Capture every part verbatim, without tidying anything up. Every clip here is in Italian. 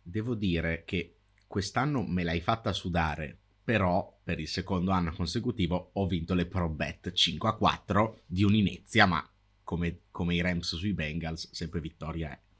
devo dire che quest'anno me l'hai fatta sudare, però per il secondo anno consecutivo ho vinto le Pro Bet cinque a quattro di un'inezia, ma come, come i Rams sui Bengals, sempre vittoria è.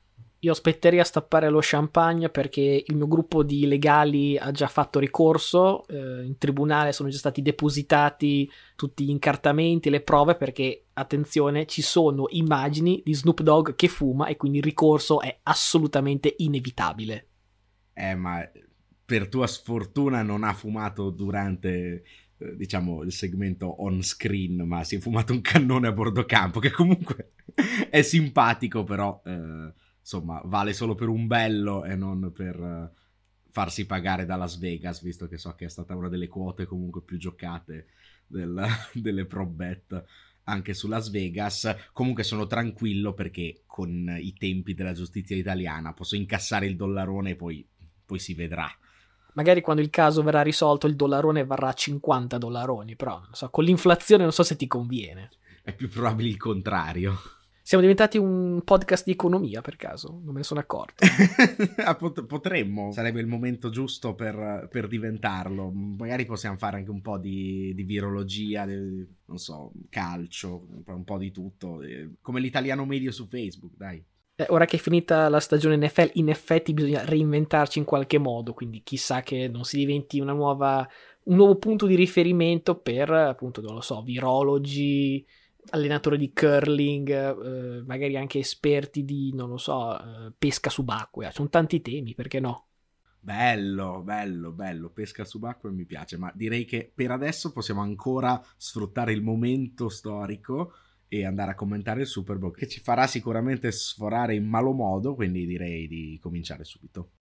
Io aspetterei a stappare lo champagne perché il mio gruppo di legali ha già fatto ricorso, eh, in tribunale sono già stati depositati tutti gli incartamenti, le prove, perché, attenzione, ci sono immagini di Snoop Dogg che fuma e quindi il ricorso è assolutamente inevitabile. Eh, ma per tua sfortuna non ha fumato durante, eh, diciamo, il segmento on screen, ma si è fumato un cannone a bordo campo, che comunque è simpatico, però... Eh... insomma, vale solo per un bello e non per uh, farsi pagare da Las Vegas, visto che so che è stata una delle quote comunque più giocate del, delle Pro Bet anche su Las Vegas. Comunque sono tranquillo perché con i tempi della giustizia italiana posso incassare il dollarone e poi, poi si vedrà. Magari quando il caso verrà risolto il dollarone varrà a cinquanta dollaroni, però non so, con l'inflazione non so se ti conviene. È più probabile il contrario. Siamo diventati un podcast di economia, per caso? Non me ne sono accorto. Pot- potremmo, sarebbe il momento giusto per, per diventarlo. Magari possiamo fare anche un po' di, di virologia, di, non so, calcio, un po' di tutto, come l'italiano medio su Facebook, dai. Eh, ora che è finita la stagione N F L, in effetti bisogna reinventarci in qualche modo, quindi chissà che non si diventi una nuova, un nuovo punto di riferimento per, appunto, non lo so, virologi, allenatori di curling, eh, magari anche esperti di, non lo so, eh, pesca subacquea. Sono tanti temi, perché no? Bello, bello, bello, pesca subacquea mi piace, ma direi che per adesso possiamo ancora sfruttare il momento storico e andare a commentare il Super Bowl, che ci farà sicuramente sforare in malo modo, quindi direi di cominciare subito.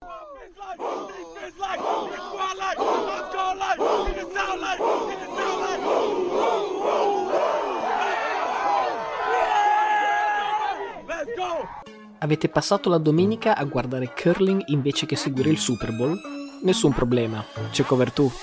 Avete passato la domenica a guardare curling invece che seguire il Super Bowl? Nessun problema, c'è cover tu.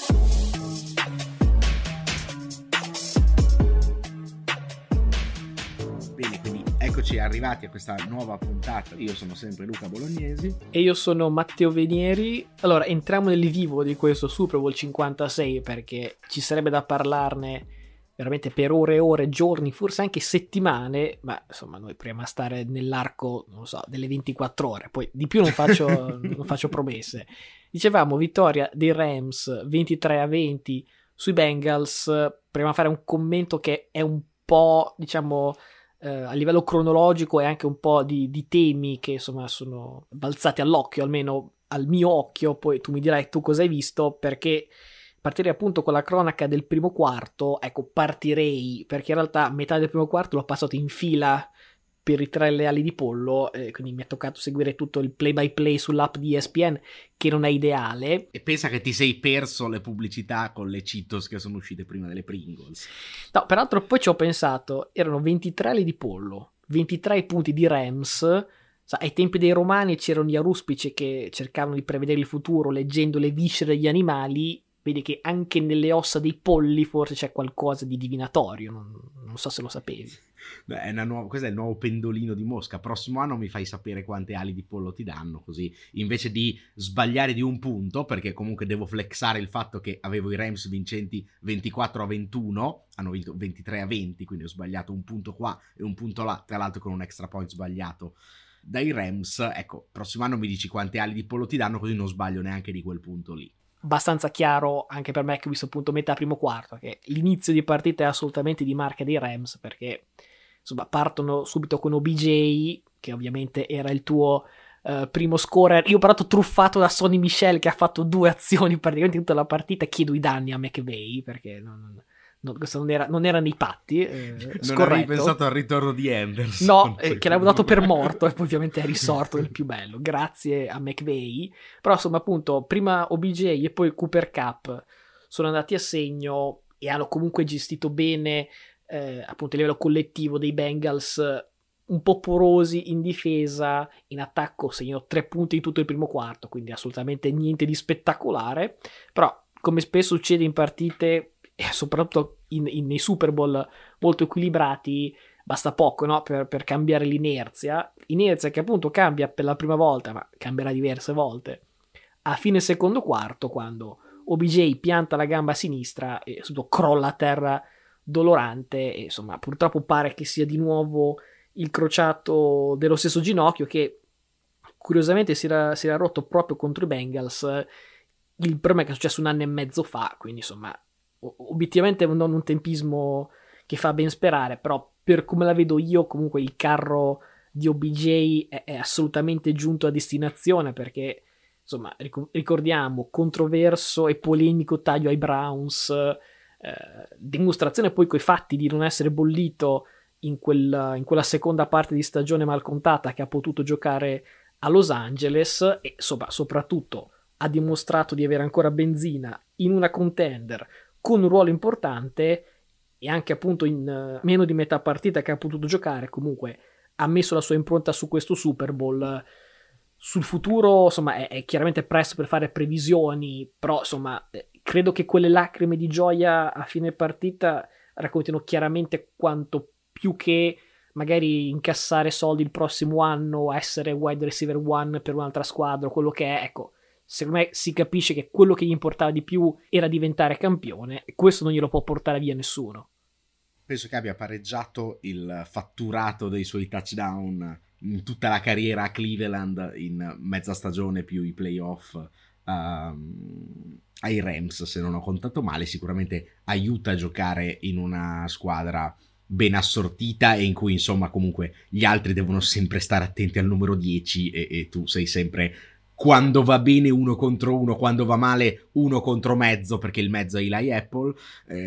Bene, quindi eccoci arrivati a questa nuova puntata. Io sono sempre Luca Bolognesi. E io sono Matteo Venieri. Allora, entriamo nel vivo di questo Super Bowl cinquantasei perché ci sarebbe da parlarne veramente per ore e ore, giorni, forse anche settimane, ma insomma noi proviamo a stare nell'arco, non lo so, delle ventiquattro ore, poi di più non faccio, non faccio promesse. Dicevamo vittoria dei Rams ventitré a venti sui Bengals. Proviamo a fare un commento che è un po', diciamo, eh, a livello cronologico e anche un po' di, di temi che insomma sono balzati all'occhio, almeno al mio occhio, poi tu mi dirai tu cosa hai visto, perché partire appunto con la cronaca del primo quarto, ecco, partirei, perché in realtà metà del primo quarto l'ho passato in fila per i tre leali di pollo, eh, quindi mi è toccato seguire tutto il play by play sull'app di E S P N, che non è ideale. E pensa che ti sei perso le pubblicità con le Cheetos che sono uscite prima delle Pringles. No, peraltro poi ci ho pensato, erano ventitré ali di pollo, ventitré punti di Rams. Sa, ai tempi dei Romani c'erano gli aruspici che cercavano di prevedere il futuro leggendo le viscere degli animali. Vedi che anche nelle ossa dei polli forse c'è qualcosa di divinatorio, non, non so se lo sapevi. Beh, è una nuova, questo è il nuovo pendolino di Mosca. Prossimo anno mi fai sapere quante ali di pollo ti danno, così invece di sbagliare di un punto, perché comunque devo flexare il fatto che avevo i Rams vincenti ventiquattro a ventuno, hanno vinto ventitré a venti, quindi ho sbagliato un punto qua e un punto là, tra l'altro con un extra point sbagliato dai Rams. Ecco, prossimo anno mi dici quante ali di pollo ti danno, così non sbaglio neanche di quel punto lì. Abbastanza chiaro anche per me, che ho visto appunto metà primo quarto, che l'inizio di partita è assolutamente di marca dei Rams, perché insomma partono subito con O B J, che ovviamente era il tuo uh, primo scorer. Io ho parlato truffato da Sonny Michel, che ha fatto due azioni praticamente tutta la partita. Chiedo i danni a McVay, perché non, non, questo non era, non era nei patti. Eh, non scorretto. avevi pensato al ritorno di Anderson? No, eh, che l'avevo dato per morto e poi ovviamente è risorto nel più bello, grazie a McVay. Però insomma appunto prima O B J e poi Cooper Kupp sono andati a segno e hanno comunque gestito bene eh, appunto a livello collettivo dei Bengals, un po' porosi in difesa, in attacco segnano tre punti in tutto il primo quarto, quindi assolutamente niente di spettacolare. Però come spesso succede in partite e soprattutto in, in, nei Super Bowl molto equilibrati, basta poco, no? per, per cambiare l'inerzia, inerzia che appunto cambia per la prima volta, ma cambierà diverse volte, a fine secondo quarto, quando O B J pianta la gamba a sinistra e subito crolla a terra dolorante, e insomma purtroppo pare che sia di nuovo il crociato dello stesso ginocchio che curiosamente si era, si era rotto proprio contro i Bengals il problema è che è successo un anno e mezzo fa, quindi insomma obiettivamente non un tempismo che fa ben sperare, però per come la vedo io comunque il carro di O B J è, è assolutamente giunto a destinazione, perché insomma ricordiamo controverso e polemico taglio ai Browns, eh, dimostrazione poi coi fatti di non essere bollito in, quel, in quella seconda parte di stagione mal contata che ha potuto giocare a Los Angeles, e sopra, soprattutto ha dimostrato di avere ancora benzina in una contender con un ruolo importante, e anche appunto in uh, meno di metà partita che ha potuto giocare comunque ha messo la sua impronta su questo Super Bowl. Sul futuro insomma è, è chiaramente presto per fare previsioni, però insomma credo che quelle lacrime di gioia a fine partita raccontino chiaramente quanto più che magari incassare soldi il prossimo anno, essere wide receiver one per un'altra squadra o quello che è, ecco, secondo me si capisce che quello che gli importava di più era diventare campione, e questo non glielo può portare via nessuno. Penso che abbia pareggiato il fatturato dei suoi touchdown in tutta la carriera a Cleveland in mezza stagione più i playoff um, ai Rams, se non ho contato male. Sicuramente aiuta a giocare in una squadra ben assortita e in cui insomma comunque gli altri devono sempre stare attenti al numero dieci e, e tu sei sempre, quando va bene uno contro uno, quando va male uno contro mezzo, perché il mezzo è Eli Apple,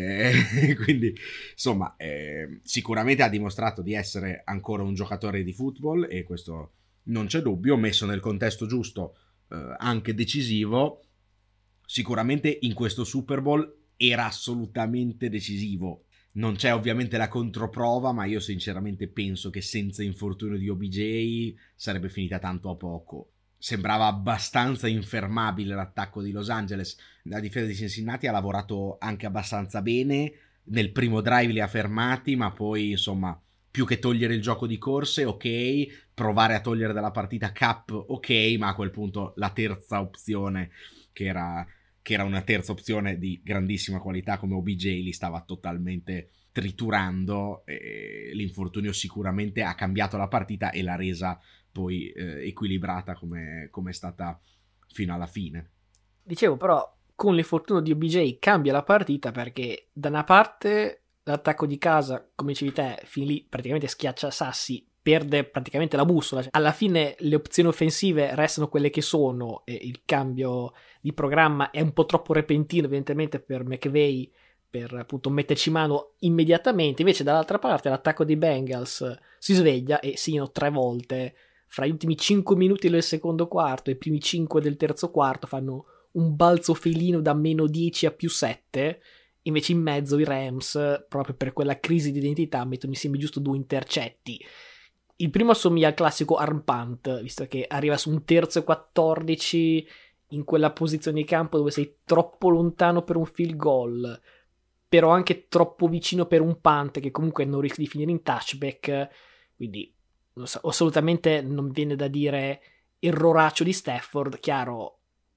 eh, quindi insomma eh, sicuramente ha dimostrato di essere ancora un giocatore di football, e questo non c'è dubbio, messo nel contesto giusto, eh, anche decisivo. Sicuramente in questo Super Bowl era assolutamente decisivo. Non c'è ovviamente la controprova, ma io sinceramente penso che senza infortunio di O B J sarebbe finita tanto a poco. Sembrava abbastanza infermabile l'attacco di Los Angeles. La difesa di Cincinnati ha lavorato anche abbastanza bene. Nel primo drive li ha fermati, ma poi insomma più che togliere il gioco di corse, ok, provare a togliere dalla partita Cup, ok, ma a quel punto la terza opzione, che era, che era una terza opzione di grandissima qualità come O B J, li stava totalmente triturando. E l'infortunio sicuramente ha cambiato la partita e l'ha resa poi eh, equilibrata come, come è stata fino alla fine. Dicevo però, con l'infortunio di O B J cambia la partita, perché da una parte l'attacco di casa, come dicevi te, fin lì praticamente schiaccia sassi, perde praticamente la bussola. Alla fine le opzioni offensive restano quelle che sono e il cambio di programma è un po' troppo repentino evidentemente per McVay per appunto metterci mano immediatamente. Invece dall'altra parte l'attacco dei Bengals si sveglia e segnano tre volte fra gli ultimi cinque minuti del secondo quarto e i primi cinque del terzo quarto, fanno un balzo felino da meno dieci a più sette. Invece in mezzo i Rams, proprio per quella crisi di identità, mettono insieme giusto due intercetti. Il primo assomiglia al classico arm punt, visto che arriva su un terzo e quattordici in quella posizione di campo dove sei troppo lontano per un field goal, però anche troppo vicino per un punt che comunque non rischi di finire in touchback. Quindi assolutamente non viene da dire erroraccio di Stafford. Chiaro,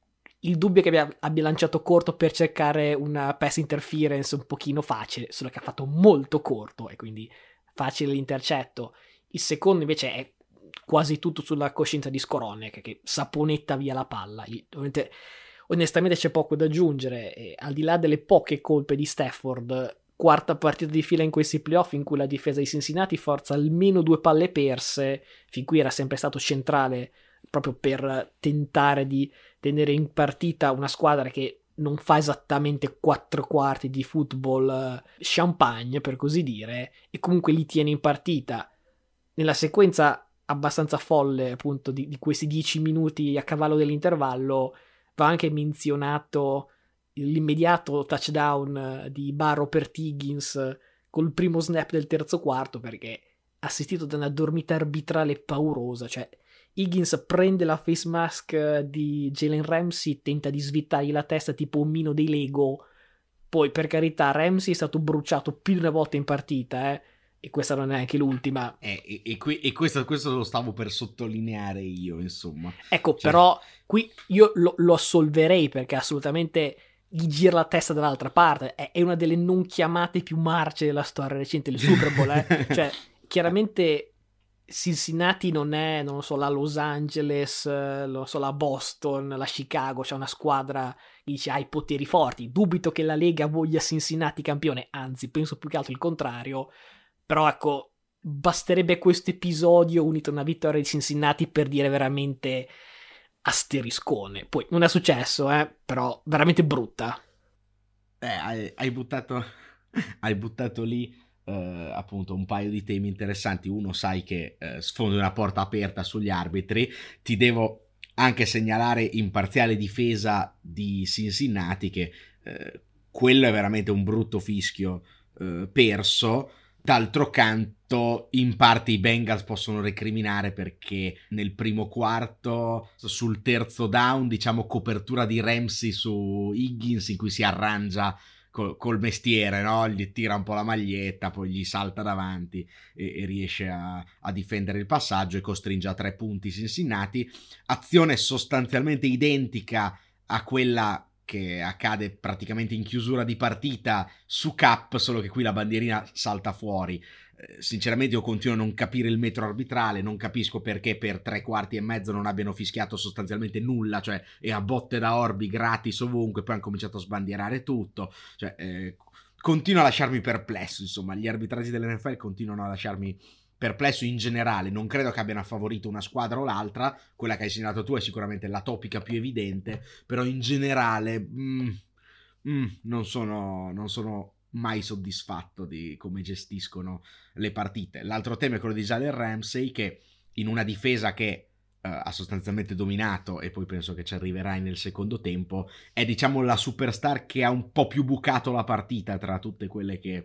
il dubbio è che abbia, abbia lanciato corto per cercare una pass interference un pochino facile, solo che ha fatto molto corto e quindi facile l'intercetto. Il secondo invece è quasi tutto sulla coscienza di Skowronek, che saponetta via la palla. Ovviamente, onestamente c'è poco da aggiungere, e al di là delle poche colpe di Stafford, quarta partita di fila in questi playoff in cui la difesa di Cincinnati forza almeno due palle perse, fin qui era sempre stato centrale proprio per tentare di tenere in partita una squadra che non fa esattamente quattro quarti di football champagne, per così dire, e comunque li tiene in partita. Nella sequenza abbastanza folle appunto di, di questi dieci minuti a cavallo dell'intervallo va anche menzionato l'immediato touchdown di Barrow per Higgins col primo snap del terzo quarto, perché assistito da una dormita arbitrale paurosa. Cioè Higgins prende la face mask di Jalen Ramsey, tenta di svittargli la testa tipo un mino dei Lego. Poi per carità Ramsey è stato bruciato più di una volta in partita, eh. e questa non è neanche l'ultima. Eh, e, e, que- e questo, questo lo stavo per sottolineare io, insomma. Ecco, Cioè... però qui io lo, lo assolverei perché assolutamente gli gira la testa dall'altra parte. È, è una delle non chiamate più marce della storia recente, il Super Bowl, eh? Cioè, chiaramente Cincinnati non è, non lo so, la Los Angeles, eh, non lo so, la Boston, la Chicago, c'è una squadra che dice ha i poteri forti. Dubito che la Lega voglia Cincinnati campione, anzi, penso più che altro il contrario. Però ecco, basterebbe questo episodio unito a una vittoria di Cincinnati per dire veramente asteriscone. Poi non è successo, eh, però veramente brutta. Eh, hai, hai buttato hai buttato lì eh, appunto un paio di temi interessanti. Uno, sai che eh, sfondi una porta aperta sugli arbitri. Ti devo anche segnalare in parziale difesa di Cincinnati che eh, quello è veramente un brutto fischio eh, perso. D'altro canto, in parte i Bengals possono recriminare perché nel primo quarto, sul terzo down, diciamo copertura di Ramsey su Higgins in cui si arrangia col, col mestiere, no? Gli tira un po' la maglietta, poi gli salta davanti e, e riesce a, a difendere il passaggio e costringe a tre punti Cincinnati. Azione sostanzialmente identica a quella che accade praticamente in chiusura di partita su Cap, solo che qui la bandierina salta fuori. Eh, sinceramente io continuo a non capire il metro arbitrale, non capisco perché per tre quarti e mezzo non abbiano fischiato sostanzialmente nulla, cioè è a botte da orbi gratis ovunque, poi hanno cominciato a sbandierare tutto, cioè eh, continua a lasciarmi perplesso, insomma, gli arbitraggi dell'N F L continuano a lasciarmi perplesso in generale. Non credo che abbiano favorito una squadra o l'altra, quella che hai segnalato tu è sicuramente la topica più evidente, però in generale mm, mm, non, sono, non sono mai soddisfatto di come gestiscono le partite. L'altro tema è quello di Jalen Ramsey, che in una difesa che uh, ha sostanzialmente dominato, e poi penso che ci arriverai nel secondo tempo, è diciamo la superstar che ha un po' più bucato la partita tra tutte quelle che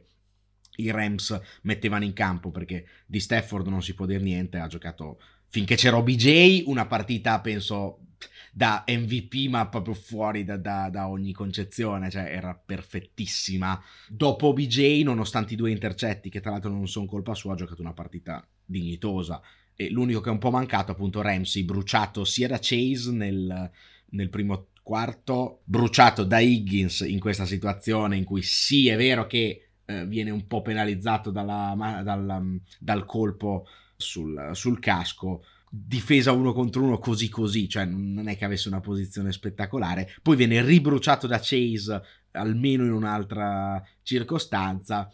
i Rams mettevano in campo, perché di Stafford non si può dire niente, ha giocato finché c'era O B J una partita penso da M V P, ma proprio fuori da, da, da ogni concezione, cioè era perfettissima. Dopo O B J, nonostante i due intercetti che tra l'altro non sono colpa sua, ha giocato una partita dignitosa, e l'unico che è un po' mancato appunto Ramsey, bruciato sia da Chase nel, nel primo quarto, bruciato da Higgins in questa situazione in cui sì è vero che Eh, viene un po' penalizzato dalla, dal, dal colpo sul, sul casco, difesa uno contro uno così così, cioè non è che avesse una posizione spettacolare, poi viene ribruciato da Chase almeno in un'altra circostanza.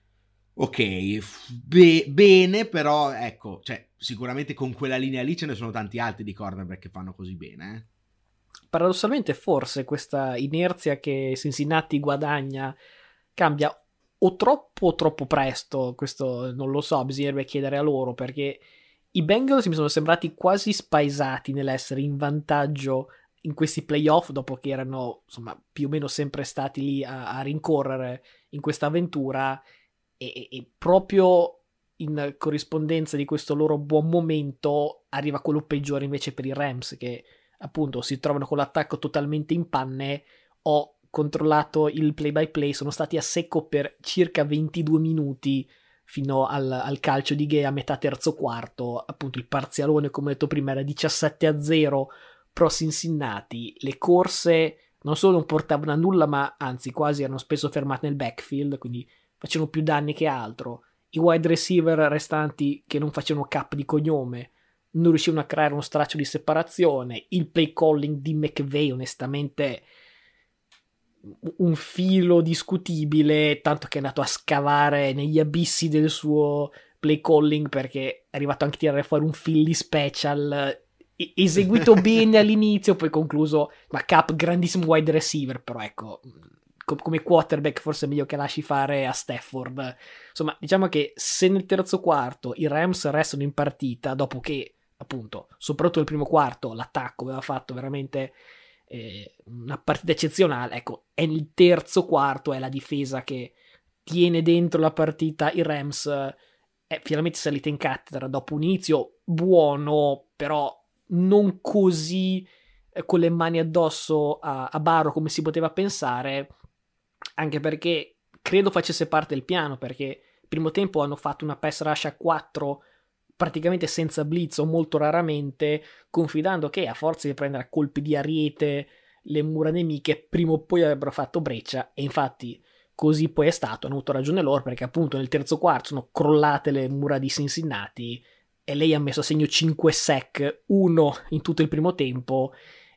Ok, be- bene, però ecco, cioè sicuramente con quella linea lì ce ne sono tanti altri di cornerback che fanno così bene, eh? Paradossalmente forse questa inerzia che Cincinnati guadagna cambia o troppo o troppo presto, questo non lo so, bisognerebbe chiedere a loro, perché i Bengals mi sono sembrati quasi spaesati nell'essere in vantaggio in questi playoff dopo che erano insomma più o meno sempre stati lì a, a rincorrere in questa avventura, e, e, e proprio in corrispondenza di questo loro buon momento arriva quello peggiore invece per i Rams, che appunto si trovano con l'attacco totalmente in panne. Ho controllato il play by play, sono stati a secco per circa ventidue minuti fino al, al calcio di Gay a metà terzo quarto. Appunto il parzialone, come ho detto prima, era diciassette a zero pro Cincinnati. Le corse non solo non portavano a nulla, ma anzi quasi erano spesso fermate nel backfield, quindi facevano più danni che altro. I wide receiver restanti che non facevano cap di cognome non riuscivano a creare uno straccio di separazione. Il play calling di McVay onestamente un filo discutibile, tanto che è andato a scavare negli abissi del suo play calling, perché è arrivato anche a tirare fuori un Philly special eseguito bene all'inizio, poi concluso, ma Cap grandissimo wide receiver, però ecco, come quarterback forse è meglio che lasci fare a Stafford. Insomma, diciamo che se nel terzo quarto i Rams restano in partita, dopo che appunto soprattutto nel primo quarto l'attacco aveva fatto veramente Eh, una partita eccezionale, ecco, è nel terzo quarto, è la difesa che tiene dentro la partita. I Rams è finalmente salita in cattedra dopo un inizio buono, però non così eh, con le mani addosso a, a Barrow come si poteva pensare, anche perché credo facesse parte del piano, perché primo tempo hanno fatto una pass rush a quattro praticamente senza blitz o molto raramente, confidando che a forza di prendere a colpi di ariete le mura nemiche prima o poi avrebbero fatto breccia, e infatti così poi è stato. Hanno avuto ragione loro, perché appunto nel terzo quarto sono crollate le mura di Cincinnati e lei ha messo a segno cinque sack, uno in tutto il primo tempo,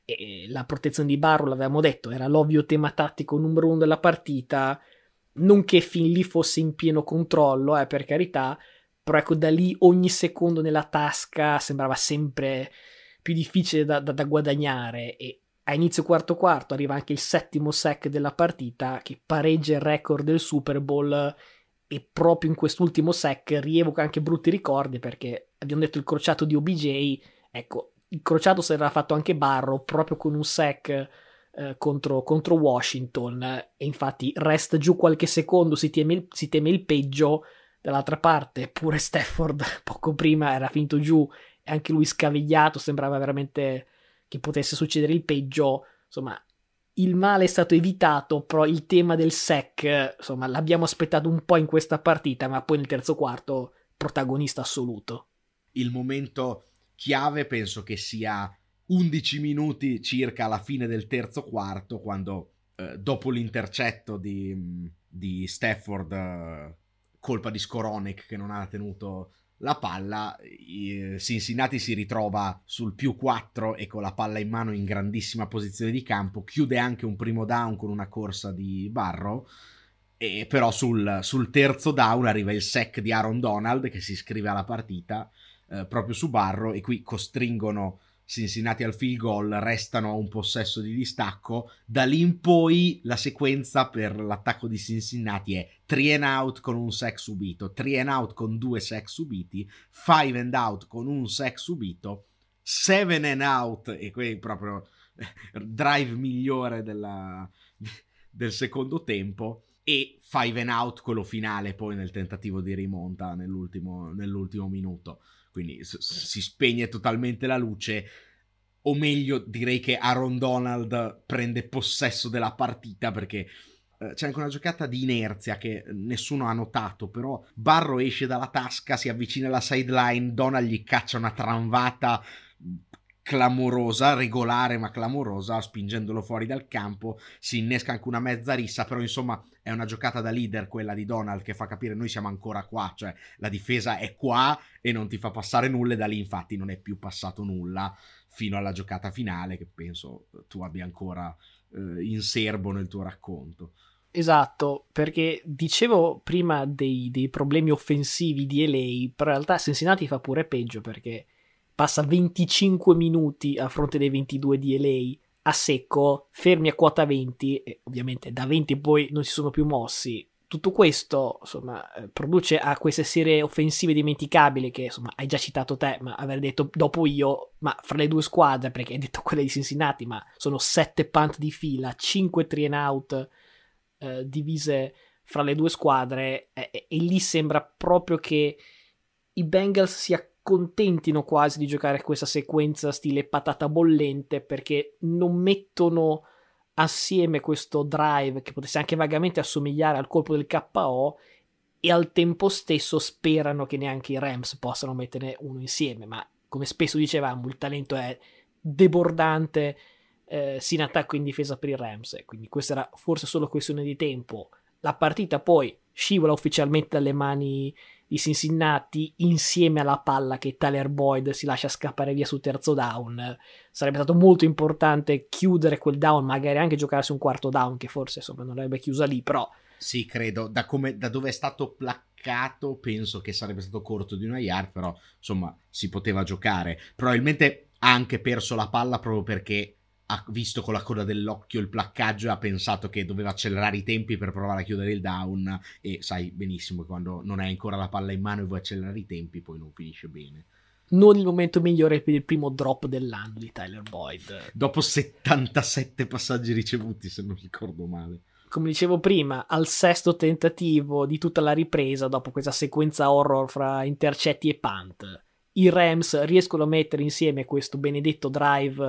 e la protezione di Barrow, l'avevamo detto, era l'ovvio tema tattico numero uno della partita. Non che fin lì fosse in pieno controllo, eh, per carità, però ecco, da lì ogni secondo nella tasca sembrava sempre più difficile da, da, da guadagnare, e a inizio quarto quarto arriva anche il settimo sack della partita che pareggia il record del Super Bowl, e proprio in quest'ultimo sack rievoca anche brutti ricordi, perché abbiamo detto il crociato di O B J, ecco, il crociato si era fatto anche Barrow proprio con un sack eh, contro, contro Washington, e infatti resta giù qualche secondo, si teme il, si teme il peggio. Dall'altra parte pure Stafford poco prima era finito giù e anche lui scavigliato, sembrava veramente che potesse succedere il peggio. Insomma, il male è stato evitato, però il tema del sack, insomma, l'abbiamo aspettato un po' in questa partita, ma poi nel terzo quarto protagonista assoluto. Il momento chiave penso che sia undici minuti circa alla fine del terzo quarto, quando eh, dopo l'intercetto di, di Stafford, eh, colpa di Skowronek che non ha tenuto la palla, Cincinnati si ritrova sul più quattro e con la palla in mano in grandissima posizione di campo, chiude anche un primo down con una corsa di Barrow, e però sul, sul terzo down arriva il sack di Aaron Donald che si iscrive alla partita eh, proprio su Barrow, e qui costringono Cincinnati al field goal, restano a un possesso di distacco. Da lì in poi la sequenza per l'attacco di Cincinnati è three and out con un sack subito, three and out con due sack subiti, five and out con un sack subito, seven and out, e qui proprio drive migliore della, del secondo tempo, e five and out quello finale poi nel tentativo di rimonta nell'ultimo, nell'ultimo minuto. Quindi si spegne totalmente la luce, o meglio direi che Aaron Donald prende possesso della partita, perché eh, c'è anche una giocata di inerzia che nessuno ha notato, però Barrow esce dalla tasca, si avvicina alla sideline, Donald gli caccia una tramvata clamorosa, regolare ma clamorosa, spingendolo fuori dal campo, si innesca anche una mezza rissa, però insomma è una giocata da leader quella di Donald, che fa capire noi siamo ancora qua, cioè la difesa è qua e non ti fa passare nulla, e da lì infatti non è più passato nulla fino alla giocata finale, che penso tu abbia ancora eh, in serbo nel tuo racconto. Esatto, perché dicevo prima dei, dei problemi offensivi di L A, però in realtà Cincinnati fa pure peggio, perché passa venticinque minuti a fronte dei ventidue di L A a secco, fermi a quota venti, e ovviamente da venti poi non si sono più mossi. Tutto questo, insomma, produce a queste serie offensive dimenticabili che, insomma, hai già citato te, ma aver detto dopo io, ma fra le due squadre, perché hai detto quelle di Cincinnati, ma sono sette punt di fila, cinque three and out eh, divise fra le due squadre, e, e, e lì sembra proprio che i Bengals si accontentino quasi di giocare questa sequenza stile patata bollente, perché non mettono assieme questo drive che potesse anche vagamente assomigliare al colpo del K O, e al tempo stesso sperano che neanche i Rams possano metterne uno insieme. Ma come spesso dicevamo, il talento è debordante eh, sia in attacco che in difesa per i Rams, quindi questa era forse solo questione di tempo. La partita poi scivola ufficialmente dalle mani di Cincinnati, insieme alla palla che Tyler Boyd si lascia scappare via su terzo down. Sarebbe stato molto importante chiudere quel down, magari anche giocarsi un quarto down, che forse insomma non l'avrebbe chiusa lì, però sì, credo, da, come, da dove è stato placcato penso che sarebbe stato corto di una yard, però insomma si poteva giocare. Probabilmente ha anche perso la palla proprio perché ha visto con la coda dell'occhio il placcaggio e ha pensato che doveva accelerare i tempi per provare a chiudere il down, e sai benissimo che quando non hai ancora la palla in mano e vuoi accelerare i tempi poi non finisce bene. Non il momento migliore per il primo drop dell'anno di Tyler Boyd. Dopo settantasette passaggi ricevuti, se non ricordo male. Come dicevo prima, al sesto tentativo di tutta la ripresa, dopo questa sequenza horror fra intercetti e punt, i Rams riescono a mettere insieme questo benedetto drive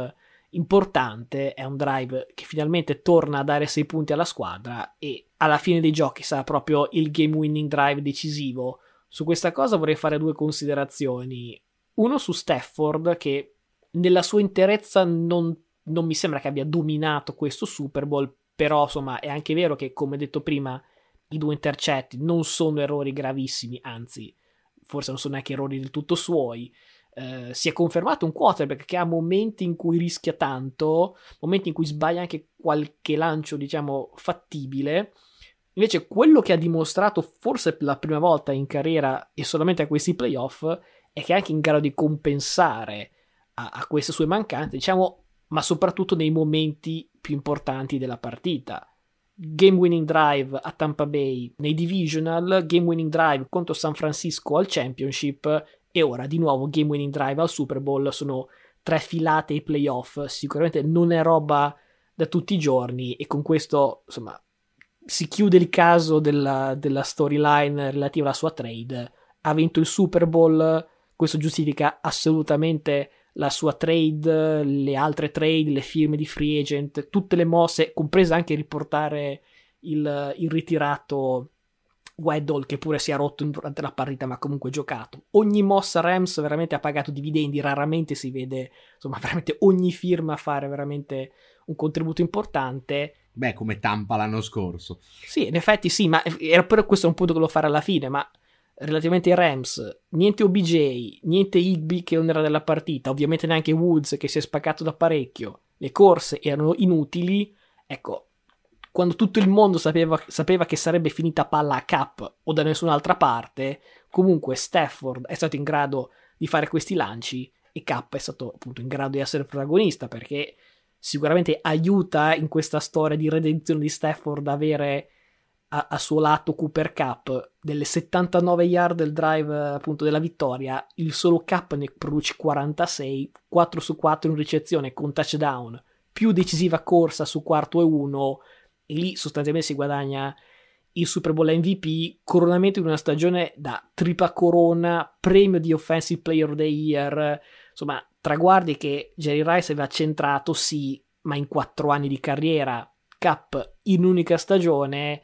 importante, è un drive che finalmente torna a dare sei punti alla squadra e alla fine dei giochi sarà proprio il game winning drive decisivo. Su questa cosa vorrei fare due considerazioni. Uno su Stafford, che nella sua interezza non, non mi sembra che abbia dominato questo Super Bowl, però insomma è anche vero che, come detto prima, i due intercetti non sono errori gravissimi, anzi forse non sono neanche errori del tutto suoi. Uh, si è confermato un quarterback che ha momenti in cui rischia tanto, momenti in cui sbaglia anche qualche lancio, diciamo, fattibile. Invece quello che ha dimostrato forse per la prima volta in carriera e solamente a questi playoff è che è anche in grado di compensare a, a queste sue mancanze, diciamo, ma soprattutto nei momenti più importanti della partita. Game winning drive a Tampa Bay nei divisional, game winning drive contro San Francisco al championship, e ora di nuovo game winning drive al Super Bowl. Sono tre filate ai playoff, sicuramente non è roba da tutti i giorni, e con questo insomma si chiude il caso della, della storyline relativa alla sua trade. Ha vinto il Super Bowl, questo giustifica assolutamente la sua trade, le altre trade, le firme di free agent, tutte le mosse, compresa anche riportare il, il ritirato Weddle, che pure si è rotto durante la partita ma comunque giocato. Ogni mossa Rams veramente ha pagato dividendi, raramente si vede insomma veramente ogni firma fare veramente un contributo importante. Beh, come Tampa l'anno scorso. Sì, in effetti sì, ma era per questo un punto che lo fare alla fine, ma relativamente ai Rams, niente O B J, niente Higbee che non era della partita, ovviamente neanche Woods che si è spaccato da parecchio, le corse erano inutili. Ecco, quando tutto il mondo sapeva, sapeva che sarebbe finita palla a Cup o da nessun'altra parte, comunque Stafford è stato in grado di fare questi lanci e Cup è stato appunto in grado di essere protagonista, perché sicuramente aiuta in questa storia di redenzione di Stafford avere a, a suo lato Cooper Cup. Delle settantanove yard del drive appunto della vittoria, il solo Cup ne produce quarantasei, quattro su quattro in ricezione con touchdown, più decisiva corsa su quarto e uno, e lì sostanzialmente si guadagna il Super Bowl M V P, coronamento di una stagione da tripla corona, premio di Offensive Player of the Year, insomma traguardi che Jerry Rice aveva centrato, sì, ma in quattro anni di carriera. Cup in un'unica stagione.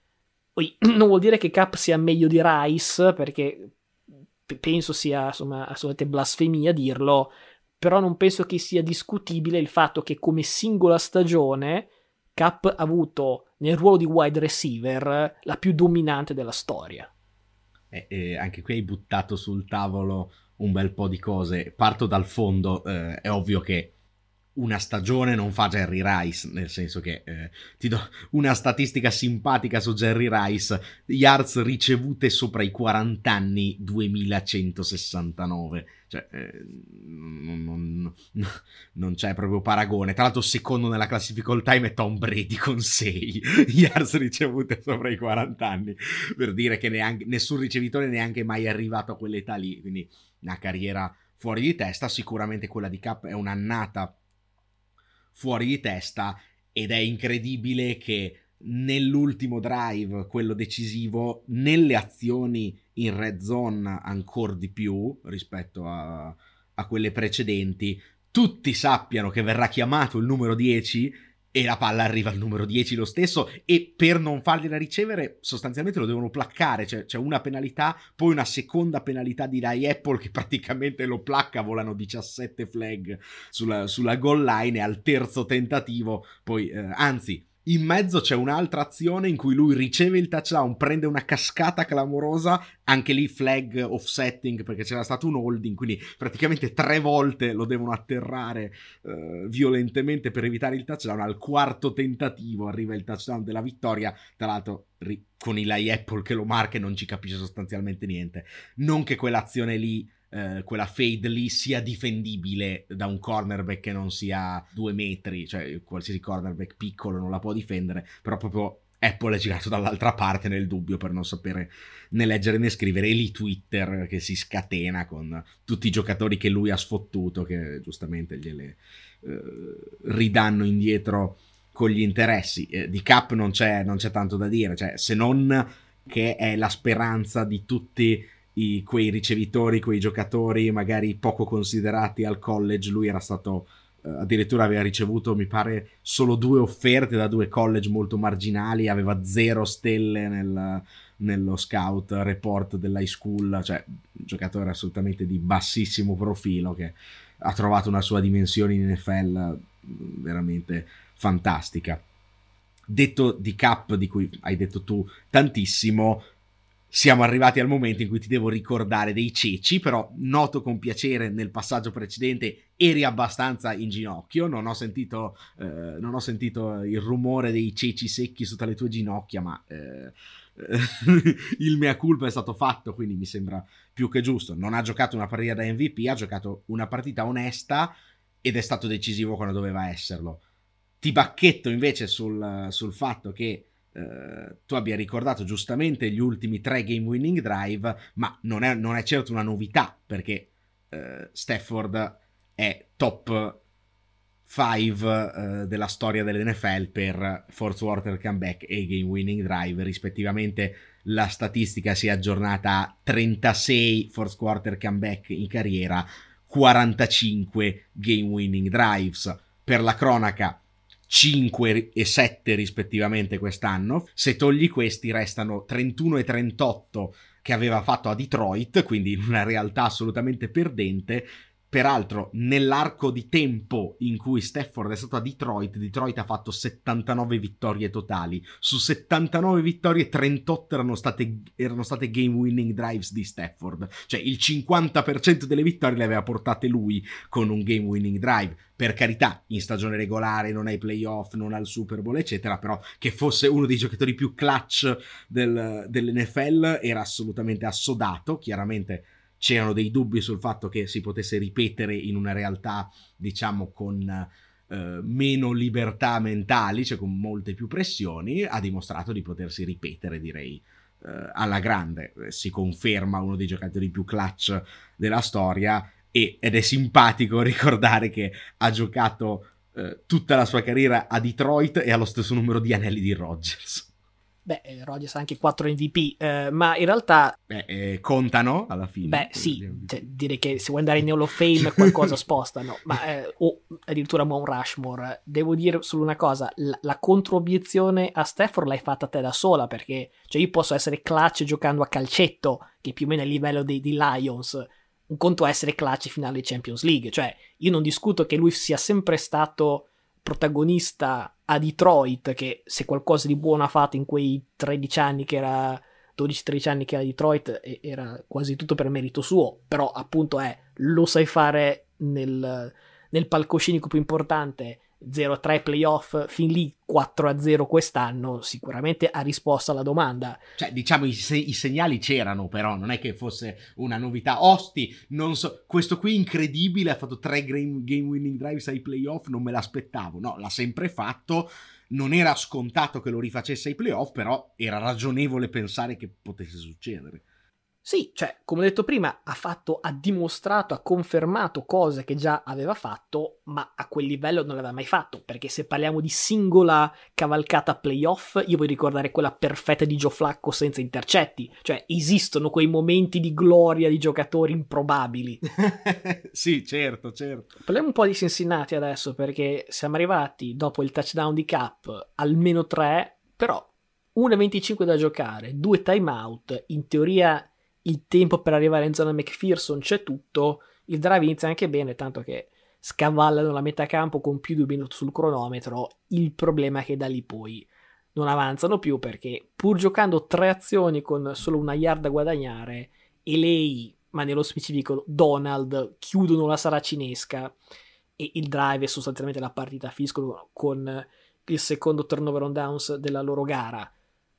Poi non vuol dire che Cup sia meglio di Rice, perché penso sia insomma assolutamente blasfemia dirlo, però non penso che sia discutibile il fatto che come singola stagione Cup ha avuto nel ruolo di wide receiver la più dominante della storia. Eh, eh, anche qui hai buttato sul tavolo un bel po' di cose. Parto dal fondo. Eh, è ovvio che una stagione non fa Jerry Rice, nel senso che eh, ti do una statistica simpatica su Jerry Rice: yards ricevute sopra i quaranta anni, duemilacentosessantanove, cioè eh, non, non, non c'è proprio paragone. Tra l'altro secondo nella classifica all time è Tom Brady con sei yards ricevute sopra i quaranta anni, per dire che neanche, nessun ricevitore neanche mai arrivato a quell'età lì, quindi una carriera fuori di testa. Sicuramente quella di Cup è un'annata fuori di testa, ed è incredibile che nell'ultimo drive, quello decisivo, nelle azioni in red zone ancora di più rispetto a, a quelle precedenti, tutti sappiano che verrà chiamato il numero dieci e la palla arriva al numero dieci lo stesso, e per non fargliela ricevere sostanzialmente lo devono placcare. Cioè, c'è una penalità, poi una seconda penalità di Eli Apple che praticamente lo placca, volano diciassette flag sulla, sulla goal line, e al terzo tentativo poi, eh, anzi in mezzo c'è un'altra azione in cui lui riceve il touchdown, prende una cascata clamorosa, anche lì flag offsetting perché c'era stato un holding, quindi praticamente tre volte lo devono atterrare uh, violentemente per evitare il touchdown. Al quarto tentativo arriva il touchdown della vittoria, tra l'altro ri- con Eli Apple che lo marca e non ci capisce sostanzialmente niente. Non che quell'azione lì, Uh, quella fade lì, sia difendibile da un cornerback che non sia due metri, cioè qualsiasi cornerback piccolo non la può difendere, però proprio Apple è girato dall'altra parte nel dubbio per non sapere né leggere né scrivere, e lì Twitter che si scatena con tutti i giocatori che lui ha sfottuto, che giustamente gliele uh, ridanno indietro con gli interessi. Eh, di Cup non c'è, non c'è tanto da dire, cioè, se non che è la speranza di tutti I, quei ricevitori, quei giocatori magari poco considerati al college. Lui era stato addirittura aveva ricevuto, mi pare, solo due offerte da due college molto marginali, aveva zero stelle nel, nello scout report dell'high school, cioè un giocatore assolutamente di bassissimo profilo che ha trovato una sua dimensione in N F L veramente fantastica. Detto di Cap, di cui hai detto tu tantissimo, siamo arrivati al momento in cui ti devo ricordare dei ceci, però noto con piacere nel passaggio precedente eri abbastanza in ginocchio, non ho sentito, eh, non ho sentito il rumore dei ceci secchi sotto le tue ginocchia, ma eh, il mea culpa è stato fatto, quindi mi sembra più che giusto. Non ha giocato una partita da M V P, ha giocato una partita onesta ed è stato decisivo quando doveva esserlo. Ti bacchetto invece sul, sul fatto che Uh, tu abbia ricordato giustamente gli ultimi tre game winning drive, ma non è, non è certo una novità, perché uh, Stafford è top cinque uh, della storia dell'N F L per fourth quarter comeback e game winning drive rispettivamente. La statistica si è aggiornata a trentasei fourth quarter comeback in carriera, quarantacinque game winning drives. Per la cronaca, cinque e sette rispettivamente quest'anno. Se togli questi restano trentuno e trentotto che aveva fatto a Detroit, quindi in una realtà assolutamente perdente. Peraltro nell'arco di tempo in cui Stafford è stato a Detroit, Detroit ha fatto settantanove vittorie totali. Su settantanove vittorie trentotto erano state, erano state game winning drives di Stafford, cioè il cinquanta per cento delle vittorie le aveva portate lui con un game winning drive. Per carità, in stagione regolare, non ai playoff, non al Super Bowl eccetera, però che fosse uno dei giocatori più clutch del, dell'N F L era assolutamente assodato. Chiaramente c'erano dei dubbi sul fatto che si potesse ripetere in una realtà, diciamo, con eh, meno libertà mentali, cioè con molte più pressioni. Ha dimostrato di potersi ripetere, direi, eh, alla grande. Si conferma uno dei giocatori più clutch della storia e, ed è simpatico ricordare che ha giocato eh, tutta la sua carriera a Detroit e ha lo stesso numero di anelli di Rodgers. Beh, Rodgers ha anche quattro M V P, eh, ma in realtà... Beh, eh, contano alla fine. Beh, sì, cioè, direi che se vuoi andare in Hall of Fame qualcosa spostano, ma eh, o addirittura Mount Rushmore. Devo dire solo una cosa, la, la controobiezione a Stafford l'hai fatta te da sola, perché cioè, io posso essere clutch giocando a calcetto, che più o meno è il livello dei, dei Lions, un conto è essere clutch finale Champions League, cioè io non discuto che lui sia sempre stato protagonista a Detroit, che se qualcosa di buono ha fatto in quei tredici anni che era dodici tredici anni che era a Detroit era quasi tutto per merito suo, però appunto è lo sai fare nel, nel palcoscenico più importante. Zero a tre playoff fin lì, quattro a zero quest'anno, sicuramente ha risposto alla domanda. Cioè, diciamo, i, se- i segnali c'erano, però non è che fosse una novità. Osti, non so, questo qui incredibile, ha fatto tre game, game winning drives ai playoff, non me l'aspettavo. No, l'ha sempre fatto, non era scontato che lo rifacesse ai playoff, però era ragionevole pensare che potesse succedere. Sì, cioè, come ho detto prima, ha fatto, ha dimostrato, ha confermato cose che già aveva fatto, ma a quel livello non l'aveva mai fatto, perché se parliamo di singola cavalcata playoff, io voglio ricordare quella perfetta di Joe Flacco senza intercetti, cioè esistono quei momenti di gloria di giocatori improbabili. Sì, certo, certo. Parliamo un po' di Cincinnati adesso, perché siamo arrivati dopo il touchdown di Cap almeno tre, però uno e venticinque da giocare, due timeout, in teoria il tempo per arrivare in zona McPherson c'è tutto, il drive inizia anche bene, tanto che scavallano la metà campo con più di un minuto sul cronometro. Il problema è che da lì poi non avanzano più, perché pur giocando tre azioni con solo una yard da guadagnare, e lei, ma nello specifico Donald, chiudono la saracinesca e il drive è sostanzialmente la partita, finiscono con il secondo turnover on downs della loro gara.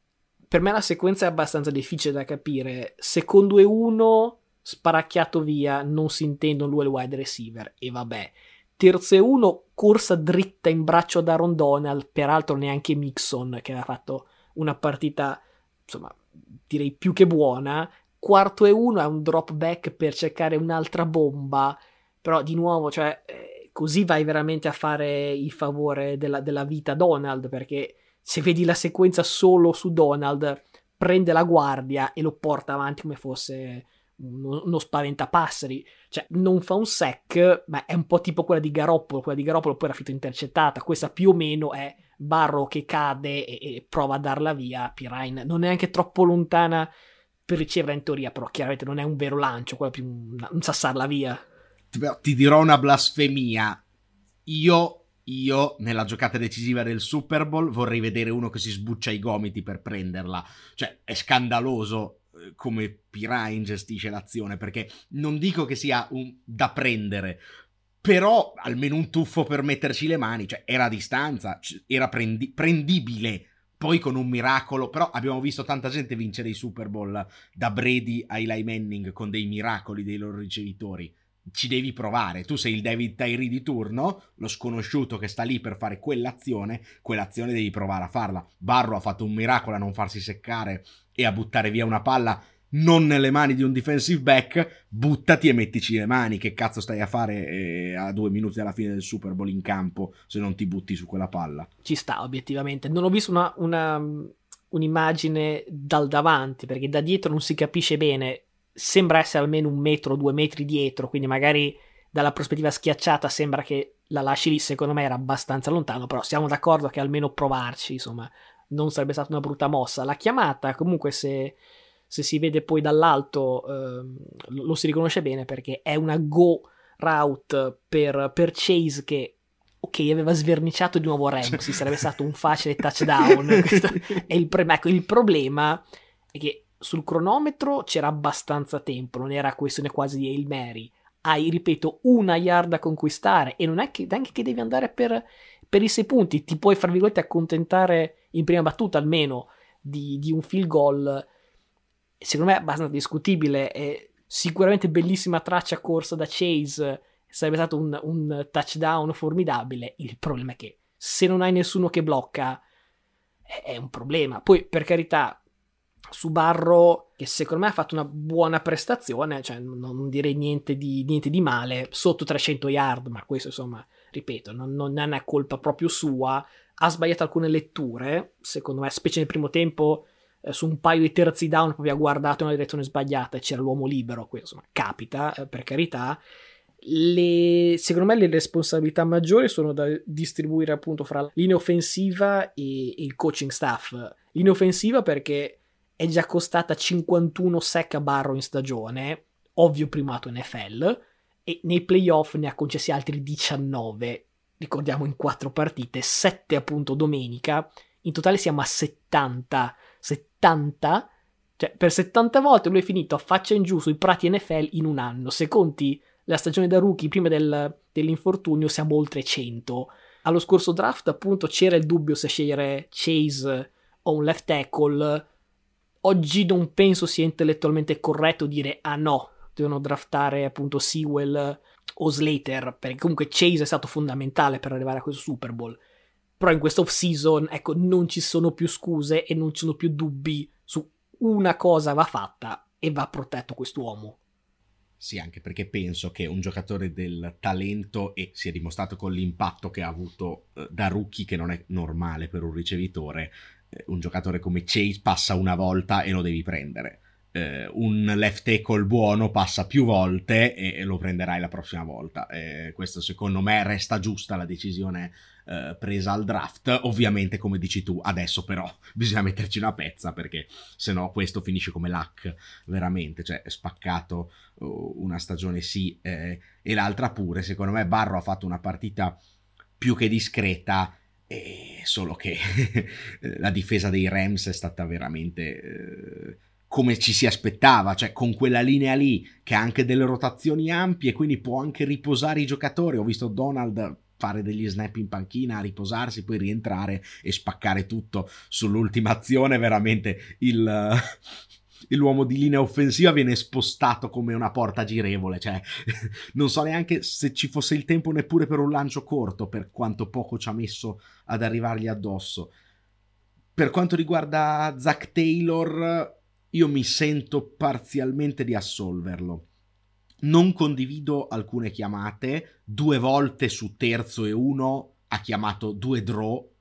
Per me la sequenza è abbastanza difficile da capire. Secondo e uno, sparacchiato via, non si intendono lui e il wide receiver, e vabbè. Terzo e uno, corsa dritta in braccio ad Aaron Donald, peraltro neanche Mixon, che aveva fatto una partita, insomma, direi più che buona. Quarto e uno è un drop back per cercare un'altra bomba, però di nuovo, cioè, eh, così vai veramente a fare il favore della, della vita Donald, perché se vedi la sequenza solo su Donald, prende la guardia e lo porta avanti come fosse uno, uno spaventapasseri, cioè non fa un sack, ma è un po' tipo quella di Garoppolo, quella di Garoppolo poi era finita intercettata, questa più o meno è Barrow che cade e, e prova a darla via, Pirine non è neanche troppo lontana per ricevere in teoria, però chiaramente non è un vero lancio, quello è più un, un sassarla via. Ti dirò una blasfemia, io... Io, nella giocata decisiva del Super Bowl, vorrei vedere uno che si sbuccia i gomiti per prenderla. Cioè, è scandaloso eh, come Pirine gestisce l'azione, perché non dico che sia un da prendere, però almeno un tuffo per metterci le mani. Cioè, era a distanza, era prendi- prendibile. Poi con un miracolo, però abbiamo visto tanta gente vincere i Super Bowl, da Brady a Eli Manning, con dei miracoli dei loro ricevitori. Ci devi provare, tu sei il David Tyree di turno, lo sconosciuto che sta lì per fare quell'azione, quell'azione devi provare a farla. Barrow ha fatto un miracolo a non farsi seccare e a buttare via una palla non nelle mani di un defensive back, buttati e mettici le mani, che cazzo stai a fare eh, a due minuti dalla fine del Super Bowl in campo se non ti butti su quella palla? Ci sta obiettivamente, non ho visto una, una, un'immagine dal davanti, perché da dietro non si capisce bene, sembra essere almeno un metro, due metri dietro, quindi magari dalla prospettiva schiacciata sembra che la lasci lì, secondo me era abbastanza lontano, però siamo d'accordo che almeno provarci, insomma, non sarebbe stata una brutta mossa. La chiamata, comunque, se, se si vede poi dall'alto, eh, lo si riconosce bene, perché è una go route per, per Chase che, ok, aveva sverniciato di nuovo Ramsey, sarebbe stato un facile touchdown. Questo è il, pre- ecco, il problema è che sul cronometro c'era abbastanza tempo, non era questione quasi di Hail Mary. Hai, ripeto, una yard da conquistare e non è che neanche che devi andare per, per i sei punti, ti puoi, fra virgolette, accontentare in prima battuta almeno di, di un field goal. Secondo me è abbastanza discutibile, è sicuramente bellissima traccia corsa da Chase, sarebbe stato un, un touchdown formidabile. Il problema è che se non hai nessuno che blocca è, è un problema. Poi, per carità, su Barrow, che secondo me ha fatto una buona prestazione, cioè non, non direi niente di, niente di male, sotto trecento yard, ma questo insomma, ripeto, non, non è colpa proprio sua, ha sbagliato alcune letture, secondo me, specie nel primo tempo, eh, su un paio di terzi down proprio ha guardato nella direzione sbagliata e c'era l'uomo libero, questo insomma capita, eh, per carità. Le, secondo me le responsabilità maggiori sono da distribuire appunto fra linea offensiva e, e il coaching staff. Linea offensiva perché è già costata cinquantuno sack a Barrow in stagione, ovvio primato N F L, e nei playoff ne ha concessi altri diciannove, ricordiamo in quattro partite, sette appunto domenica, in totale siamo a settanta, settanta, cioè per settanta volte lui è finito a faccia in giù sui prati N F L in un anno, se conti la stagione da rookie prima del, dell'infortunio siamo oltre cento. Allo scorso draft appunto c'era il dubbio se scegliere Chase o un left tackle. Oggi non penso sia intellettualmente corretto dire ah no, devono draftare appunto Sewell o Slater, perché comunque Chase è stato fondamentale per arrivare a questo Super Bowl. Però in questa off season, ecco, non ci sono più scuse e non ci sono più dubbi su una cosa va fatta e va protetto quest'uomo. Sì, anche perché penso che un giocatore del talento, e si è dimostrato con l'impatto che ha avuto eh, da rookie, che non è normale per un ricevitore, eh, un giocatore come Chase passa una volta e lo devi prendere. Eh, un left tackle buono passa più volte e, e lo prenderai la prossima volta. Eh, questo secondo me resta giusta la decisione eh, presa al draft. Ovviamente, come dici tu, adesso però bisogna metterci una pezza, perché sennò questo finisce come Luck, veramente, cioè è spaccato uh, una stagione sì eh, e l'altra pure. Secondo me Barrow ha fatto una partita più che discreta, eh, solo che la difesa dei Rams è stata veramente eh, come ci si aspettava, cioè con quella linea lì che ha anche delle rotazioni ampie, quindi può anche riposare i giocatori. Ho visto Donald fare degli snap in panchina, riposarsi, poi rientrare e spaccare tutto. Sull'ultima azione veramente il, l'uomo di linea offensiva viene spostato come una porta girevole, cioè non so neanche se ci fosse il tempo neppure per un lancio corto, per quanto poco ci ha messo ad arrivargli addosso. Per quanto riguarda Zach Taylor, io mi sento parzialmente di assolverlo. Non condivido alcune chiamate, due volte su terzo e uno ha chiamato due draw.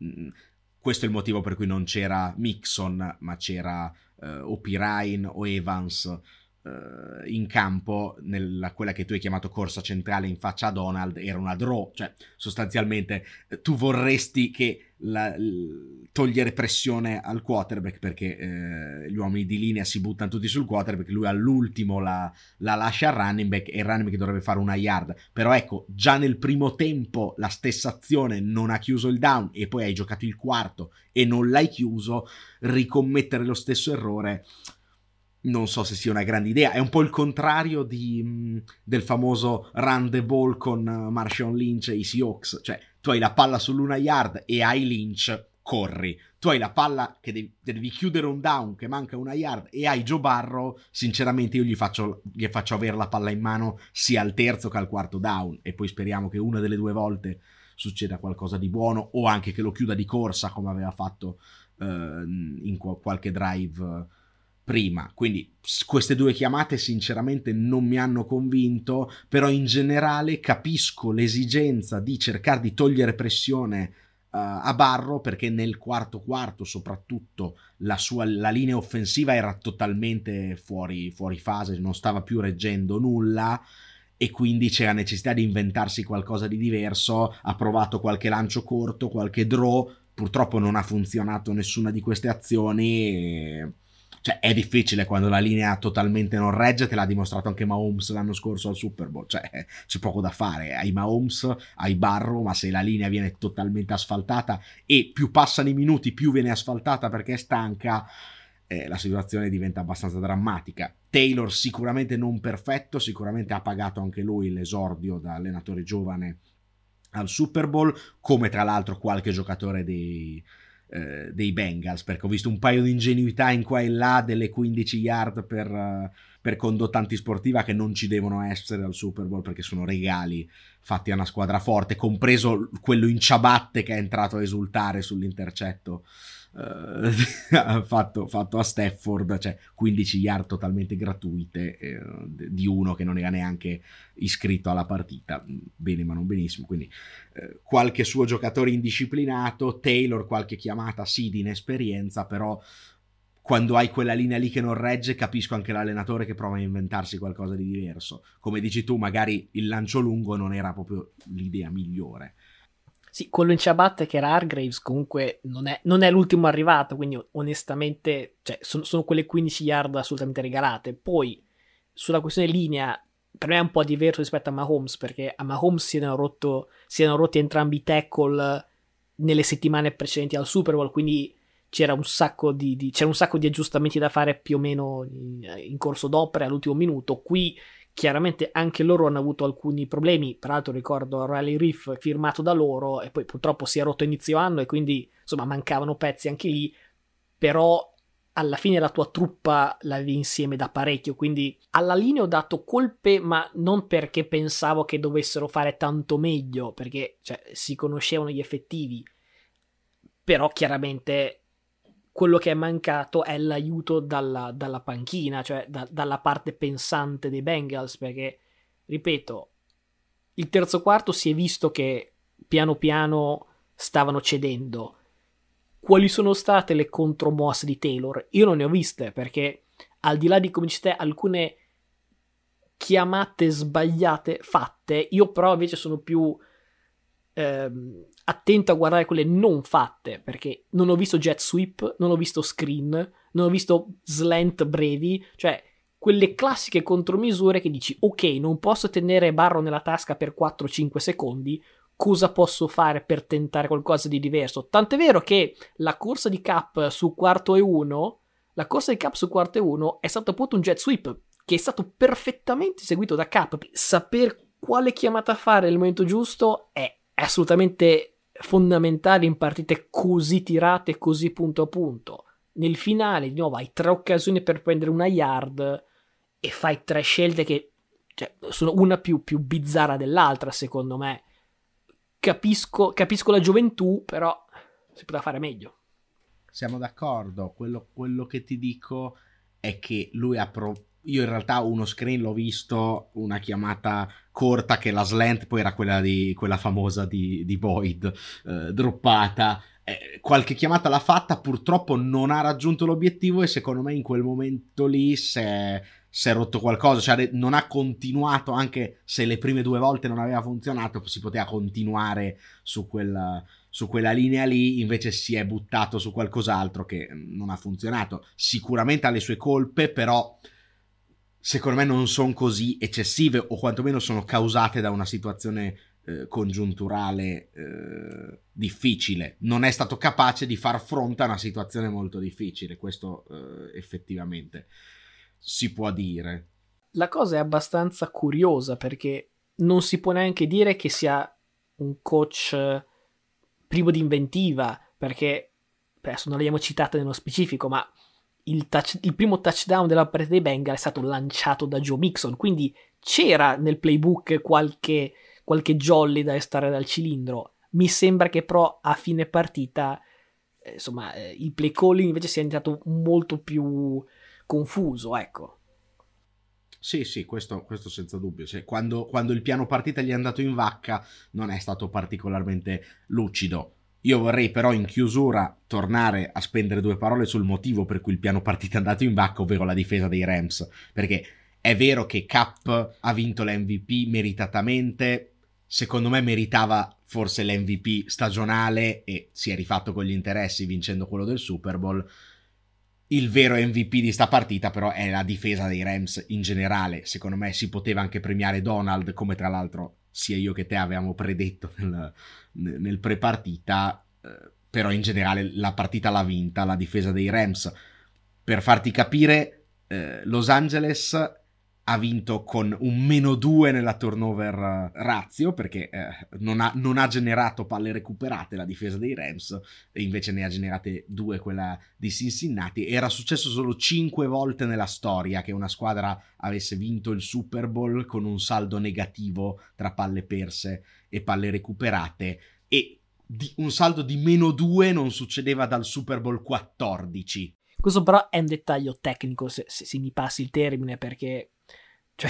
Questo è il motivo per cui non c'era Mixon, ma c'era uh, o Pirine o Evans. uh, in campo, nella, quella che tu hai chiamato corsa centrale in faccia a Donald, era una draw, cioè sostanzialmente tu vorresti che la, l, togliere pressione al quarterback, perché eh, gli uomini di linea si buttano tutti sul quarterback, lui all'ultimo la, la lascia al running back e il running back dovrebbe fare una yard, però ecco, già nel primo tempo la stessa azione non ha chiuso il down e poi hai giocato il quarto e non l'hai chiuso, ricommettere lo stesso errore non so se sia una grande idea. È un po' il contrario di, mh, del famoso run the ball con uh, Marshawn Lynch e i Seahawks, cioè tu hai la palla sull'una yard e hai Lynch, corri. Tu hai la palla che devi, devi chiudere un down che manca una yard e hai Joe Burrow, sinceramente io gli faccio, gli faccio avere la palla in mano sia al terzo che al quarto down, e poi speriamo che una delle due volte succeda qualcosa di buono, o anche che lo chiuda di corsa come aveva fatto uh, in qualche drive uh, prima. Quindi queste due chiamate sinceramente non mi hanno convinto, però in generale capisco l'esigenza di cercare di togliere pressione uh, a Burrow, perché nel quarto quarto soprattutto la sua la linea offensiva era totalmente fuori, fuori fase, non stava più reggendo nulla e quindi c'era necessità di inventarsi qualcosa di diverso. Ha provato qualche lancio corto, qualche draw, purtroppo non ha funzionato nessuna di queste azioni e... cioè è difficile quando la linea totalmente non regge, te l'ha dimostrato anche Mahomes l'anno scorso al Super Bowl, cioè c'è poco da fare, hai Mahomes, hai Burrow, ma se la linea viene totalmente asfaltata e più passano i minuti più viene asfaltata perché è stanca, eh, la situazione diventa abbastanza drammatica. Taylor sicuramente non perfetto, sicuramente ha pagato anche lui l'esordio da allenatore giovane al Super Bowl, come tra l'altro qualche giocatore dei Eh, dei Bengals, perché ho visto un paio di ingenuità in qua e là, delle quindici yard per, uh, per condotta antisportiva che non ci devono essere al Super Bowl, perché sono regali fatti a una squadra forte, compreso quello in ciabatte che è entrato a esultare sull'intercetto uh, fatto, fatto a Stafford, cioè quindici yard totalmente gratuite eh, di uno che non era neanche iscritto alla partita, bene ma non benissimo. Quindi eh, qualche suo giocatore indisciplinato, Taylor qualche chiamata sì di inesperienza, però quando hai quella linea lì che non regge capisco anche l'allenatore che prova a inventarsi qualcosa di diverso. Come dici tu, magari il lancio lungo non era proprio l'idea migliore. Sì, quello in ciabatte che era Hargraves comunque non è, non è l'ultimo arrivato, quindi onestamente cioè, sono, sono quelle quindici yard assolutamente regalate. Poi sulla questione linea per me è un po' diverso rispetto a Mahomes, perché a Mahomes si erano, rotto, si erano rotti entrambi i tackle nelle settimane precedenti al Super Bowl, quindi c'era un sacco di, di, c'era un sacco di aggiustamenti da fare più o meno in, in corso d'opera all'ultimo minuto. Qui chiaramente anche loro hanno avuto alcuni problemi, peraltro ricordo Riley Reef firmato da loro e poi purtroppo si è rotto inizio anno e quindi insomma mancavano pezzi anche lì, però alla fine la tua truppa l'avevi insieme da parecchio, quindi alla linea ho dato colpe, ma non perché pensavo che dovessero fare tanto meglio, perché cioè, si conoscevano gli effettivi, però chiaramente quello che è mancato è l'aiuto dalla, dalla panchina, cioè da, dalla parte pensante dei Bengals, perché, ripeto, il terzo quarto si è visto che piano piano stavano cedendo. Quali sono state le contromosse di Taylor? Io non ne ho viste, perché al di là di, come dici te, alcune chiamate sbagliate fatte, io però invece sono più ehm, attento a guardare quelle non fatte, perché non ho visto jet sweep, non ho visto screen, non ho visto slant brevi, cioè quelle classiche contromisure che dici ok, non posso tenere Burrow nella tasca per quattro cinque secondi, cosa posso fare per tentare qualcosa di diverso? Tant'è vero che la corsa di Cup su quarto e uno, la corsa di Cup su quarto e uno è stato appunto un jet sweep che è stato perfettamente eseguito da Cup. Saper quale chiamata fare nel momento giusto è assolutamente fondamentale in partite così tirate, così punto a punto. Nel finale, di nuovo, hai tre occasioni per prendere una yard e fai tre scelte che cioè, sono una più, più bizzarra dell'altra, secondo me. Capisco, capisco la gioventù, però si poteva fare meglio. Siamo d'accordo. Quello, quello che ti dico è che lui ha provato. Io in realtà uno screen l'ho visto, una chiamata corta che la slant poi era quella di quella famosa di, di Boyd eh, droppata. Eh, qualche chiamata l'ha fatta, purtroppo non ha raggiunto l'obiettivo e secondo me in quel momento lì si è, si è rotto qualcosa, cioè non ha continuato, anche se le prime due volte non aveva funzionato, si poteva continuare su quella, su quella linea lì, invece si è buttato su qualcos'altro che non ha funzionato. Sicuramente ha le sue colpe, però secondo me non sono così eccessive, o quantomeno sono causate da una situazione eh, congiunturale eh, difficile. Non è stato capace di far fronte a una situazione molto difficile, questo eh, effettivamente si può dire. La cosa è abbastanza curiosa, perché non si può neanche dire che sia un coach privo di inventiva, perché adesso non l'abbiamo citata nello specifico, ma il, touch, il primo touchdown della partita dei Bengal è stato lanciato da Joe Mixon, quindi c'era nel playbook qualche, qualche jolly da estare dal cilindro. Mi sembra che però a fine partita eh, insomma eh, il play calling invece sia diventato molto più confuso, ecco. Sì, sì, questo, questo senza dubbio. Cioè, quando, quando il piano partita gli è andato in vacca non è stato particolarmente lucido. Io vorrei però in chiusura tornare a spendere due parole sul motivo per cui il piano partita è andato in vacca, ovvero la difesa dei Rams, perché è vero che Cup ha vinto l'M V P meritatamente, secondo me meritava forse l'M V P stagionale e si è rifatto con gli interessi vincendo quello del Super Bowl. Il vero M V P di sta partita però è la difesa dei Rams in generale. Secondo me si poteva anche premiare Donald, come tra l'altro sia io che te avevamo predetto nel, nel pre-partita, eh, però in generale la partita l'ha vinta la difesa dei Rams. Per farti capire, eh, Los Angeles ha vinto con un meno due nella turnover ratio, perché eh, non, ha, non ha generato palle recuperate la difesa dei Rams, e invece ne ha generate due quella di Cincinnati. Era successo solo cinque volte nella storia che una squadra avesse vinto il Super Bowl con un saldo negativo tra palle perse e palle recuperate, e di, un saldo di meno due non succedeva dal Super Bowl quattordici. Questo però è un dettaglio tecnico, se, se, se mi passi il termine, perché cioè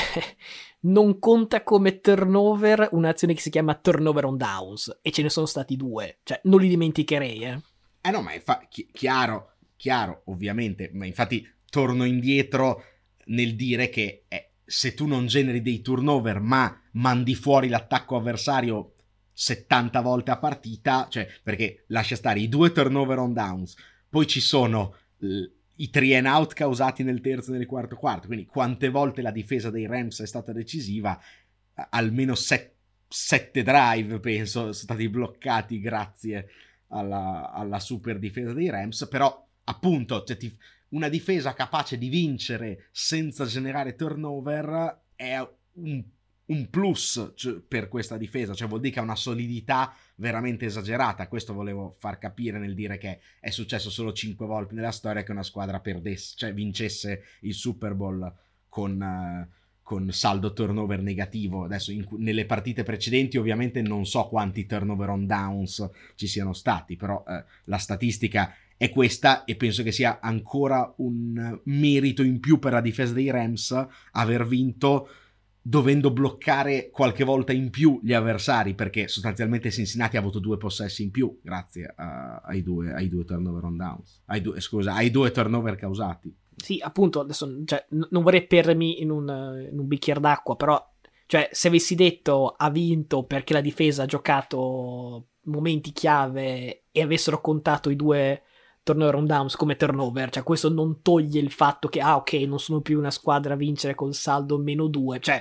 non conta come turnover un'azione che si chiama turnover on downs, e ce ne sono stati due, cioè non li dimenticherei, eh. Eh no, ma è fa- chi- chiaro, chiaro, ovviamente, ma infatti torno indietro nel dire che eh, se tu non generi dei turnover ma mandi fuori l'attacco avversario settanta volte a partita, cioè perché lascia stare i due turnover on downs, poi ci sono l- i three and out causati nel terzo e nel quarto quarto, quindi quante volte la difesa dei Rams è stata decisiva, almeno set, sette drive penso sono stati bloccati grazie alla, alla super difesa dei Rams, però appunto cioè, ti, una difesa capace di vincere senza generare turnover è un, un plus cioè, per questa difesa, cioè vuol dire che ha una solidità veramente esagerata. Questo volevo far capire nel dire che è successo solo cinque volte nella storia che una squadra perdesse, cioè vincesse il Super Bowl con, uh, con saldo turnover negativo. Adesso in, nelle partite precedenti ovviamente non so quanti turnover on downs ci siano stati, però uh, la statistica è questa, e penso che sia ancora un merito in più per la difesa dei Rams aver vinto dovendo bloccare qualche volta in più gli avversari, perché sostanzialmente Cincinnati ha avuto due possessi in più grazie a, ai, due, ai due turnover on downs, ai due, scusa, ai due turnover causati. Sì, appunto, adesso cioè, n- non vorrei perdermi in un, in un bicchiere d'acqua, però cioè, se avessi detto ha vinto perché la difesa ha giocato momenti chiave e avessero contato i due turnover on downs come turnover, cioè questo non toglie il fatto che ah ok, non sono più una squadra a vincere col saldo meno due, cioè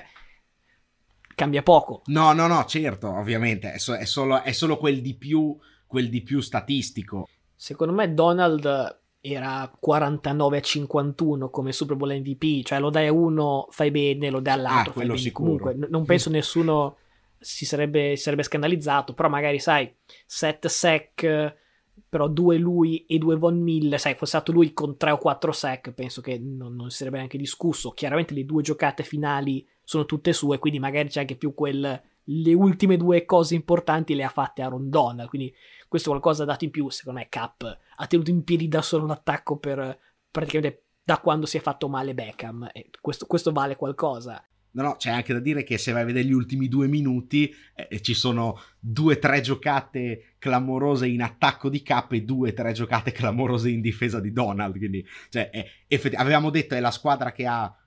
cambia poco. No, no, no, certo, ovviamente è, so- è, solo, è solo quel di più, quel di più statistico. Secondo me Donald era quarantanove a cinquantuno come Super Bowl M V P, cioè lo dai a uno fai bene, lo dai all'altro ah, fai bene. sicuro. Comunque n- non penso nessuno si sarebbe, si sarebbe scandalizzato, però magari sai sette sack, però due lui e due Von Miller, sai, fosse stato lui con tre o quattro sack penso che non, non si sarebbe neanche discusso. Chiaramente le due giocate finali sono tutte sue, quindi magari c'è anche più quel, le ultime due cose importanti le ha fatte Aaron Donald, quindi questo qualcosa ha dato in più. Secondo me Cap ha tenuto in piedi da solo l'attacco per praticamente da quando si è fatto male Beckham, e questo, questo vale qualcosa. No, no, c'è anche da dire che se vai a vedere gli ultimi due minuti eh, ci sono due o tre giocate clamorose in attacco di Cap e due o tre giocate clamorose in difesa di Donald, quindi cioè, è, effetti, avevamo detto è la squadra che ha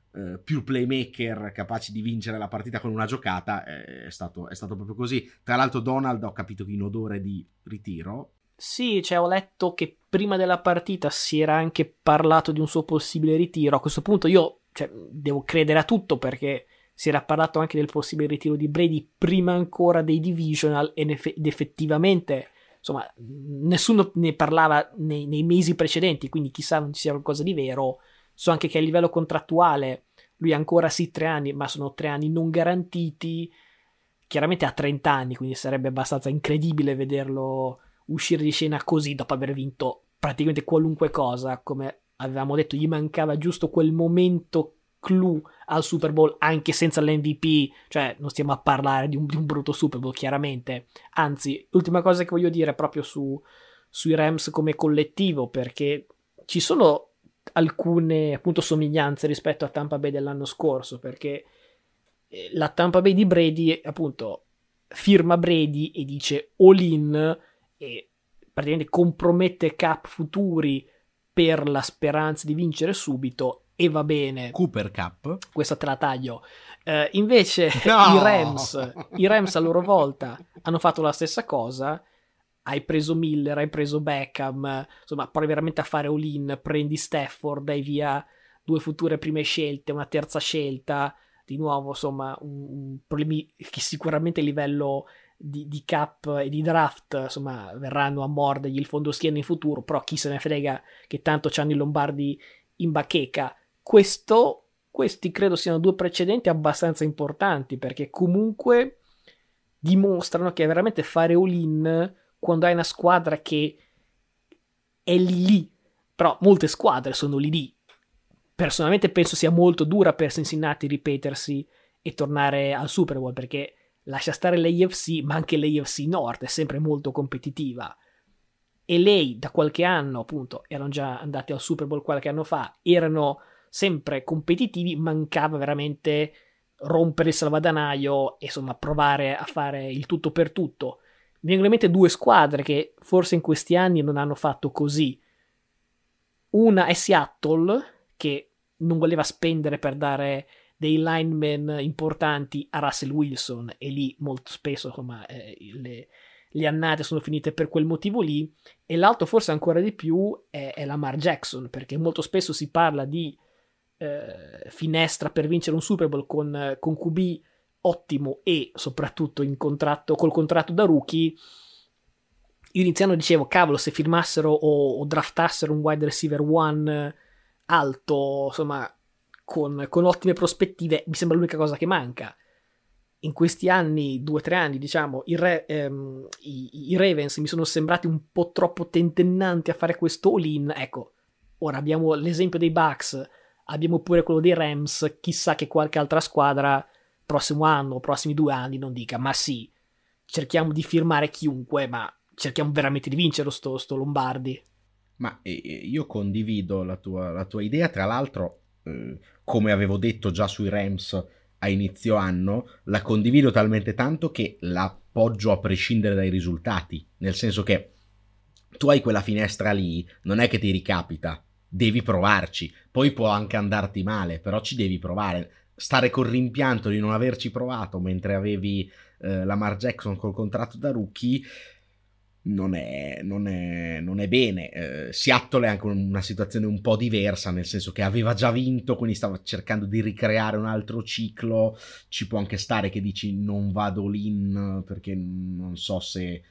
eh, più playmaker capaci di vincere la partita con una giocata, è stato, è stato proprio così. Tra l'altro Donald ho capito che in odore di ritiro. Sì, cioè ho letto che prima della partita si era anche parlato di un suo possibile ritiro. A questo punto io cioè, devo credere a tutto, perché si era parlato anche del possibile ritiro di Brady prima ancora dei divisional ed effettivamente insomma nessuno ne parlava nei, nei mesi precedenti, quindi chissà non ci sia qualcosa di vero. So anche che a livello contrattuale lui ha ancora sì tre anni, ma sono tre anni non garantiti. Chiaramente ha trenta anni, quindi sarebbe abbastanza incredibile vederlo uscire di scena così dopo aver vinto praticamente qualunque cosa. Come avevamo detto, gli mancava giusto quel momento clou al Super Bowl, anche senza l'M V P, cioè non stiamo a parlare di un, di un brutto Super Bowl chiaramente. Anzi, l'ultima cosa che voglio dire è proprio su, sui Rams come collettivo, perché ci sono alcune appunto somiglianze rispetto a Tampa Bay dell'anno scorso, perché la Tampa Bay di Brady appunto firma Brady e dice all in e praticamente compromette cap futuri per la speranza di vincere subito, e va bene. Cooper Cup. Questa te la taglio. Uh, invece no! i Rams, i Rams a loro volta hanno fatto la stessa cosa. Hai preso Miller, hai preso Beckham, insomma provi veramente a fare all in, prendi Stafford, dai via due future prime scelte, una terza scelta, di nuovo insomma un, un problemi che sicuramente a livello Di, di cap e di draft insomma verranno a mordergli il fondo schiena in futuro, però chi se ne frega che tanto c'hanno i Lombardi in bacheca. Questo, questi credo siano due precedenti abbastanza importanti, perché comunque dimostrano che veramente fare all-in quando hai una squadra che è lì lì, però molte squadre sono lì lì. Personalmente penso sia molto dura per Cincinnati ripetersi e tornare al Super Bowl, perché lascia stare l'A F C, ma anche l'A F C Nord è sempre molto competitiva. E lei da qualche anno, appunto, erano già andati al Super Bowl qualche anno fa, erano sempre competitivi, mancava veramente rompere il salvadanaio e insomma provare a fare il tutto per tutto. Mi vengono in mente due squadre che forse in questi anni non hanno fatto così. Una è Seattle, che non voleva spendere per dare dei linemen importanti a Russell Wilson, e lì molto spesso insomma eh, le, le annate sono finite per quel motivo lì. E l'altro forse ancora di più è, è Lamar Jackson, perché molto spesso si parla di eh, finestra per vincere un Super Bowl con, con Q B ottimo e soprattutto in contratto col contratto da rookie. Io iniziando dicevo cavolo, se firmassero o, o draftassero un wide receiver one alto insomma Con, con ottime prospettive, mi sembra l'unica cosa che manca. In questi anni, due o tre anni, diciamo, i, Re, ehm, i, i Ravens mi sono sembrati un po' troppo tentennanti a fare questo all-in. Ecco, ora abbiamo l'esempio dei Bucks, abbiamo pure quello dei Rams, chissà che qualche altra squadra prossimo anno, prossimi due anni non dica, ma sì, cerchiamo di firmare chiunque, ma cerchiamo veramente di vincere sto, sto Lombardi. Ma eh, io condivido la tua, la tua idea, tra l'altro come avevo detto già sui Rams a inizio anno, la condivido talmente tanto che l'appoggio a prescindere dai risultati, nel senso che tu hai quella finestra lì, non è che ti ricapita, devi provarci, poi può anche andarti male, però ci devi provare. Stare col rimpianto di non averci provato mentre avevi eh, Lamar Jackson col contratto da rookie non è, non è, non è bene. eh, Seattle è anche una situazione un po' diversa, nel senso che aveva già vinto, quindi stava cercando di ricreare un altro ciclo. Ci può anche stare che dici non vado all'in perché non so se